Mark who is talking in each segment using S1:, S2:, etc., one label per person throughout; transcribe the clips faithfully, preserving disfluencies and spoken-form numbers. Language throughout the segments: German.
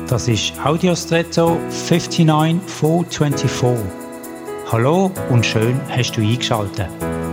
S1: Das ist Audiostretto neunundfünfzig vierhundertvierundzwanzig. Hallo und schön hast du eingeschaltet.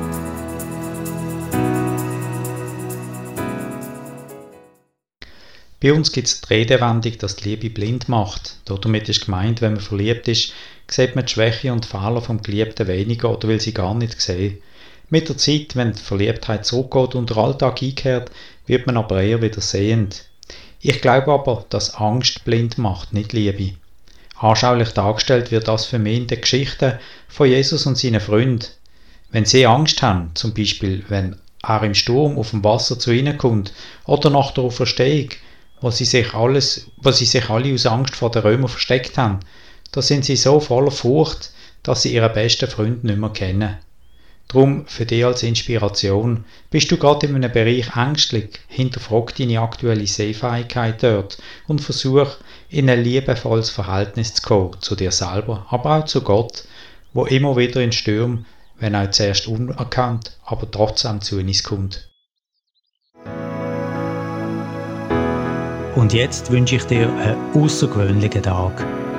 S2: Bei uns gibt es die Redewendung, dass die Liebe blind macht. Damit ist gemeint, wenn man verliebt ist, sieht man die Schwäche und die Fehler vom Geliebten weniger oder will sie gar nicht sehen. Mit der Zeit, wenn die Verliebtheit zurückgeht und der Alltag einkehrt, wird man aber eher wieder sehend. Ich glaube aber, dass Angst blind macht, nicht Liebe. Anschaulich dargestellt wird das für mich in den Geschichten von Jesus und seinen Freunden. Wenn sie Angst haben, zum Beispiel wenn er im Sturm auf dem Wasser zu ihnen kommt oder nach der Auferstehung, wo sie sich alles, wo sie sich alle aus Angst vor den Römern versteckt haben, da sind sie so voller Furcht, dass sie ihren besten Freund nicht mehr kennen. Drum für dich als Inspiration, bist du gerade in einem Bereich ängstlich, hinterfrag deine aktuelle Sehfähigkeit dort und versuch, in ein liebevolles Verhältnis zu kommen, zu dir selber, aber auch zu Gott, wo immer wieder in Stürmen, wenn auch zuerst unerkannt, aber trotzdem zu uns kommt.
S1: Und jetzt wünsche ich dir einen außergewöhnlichen Tag.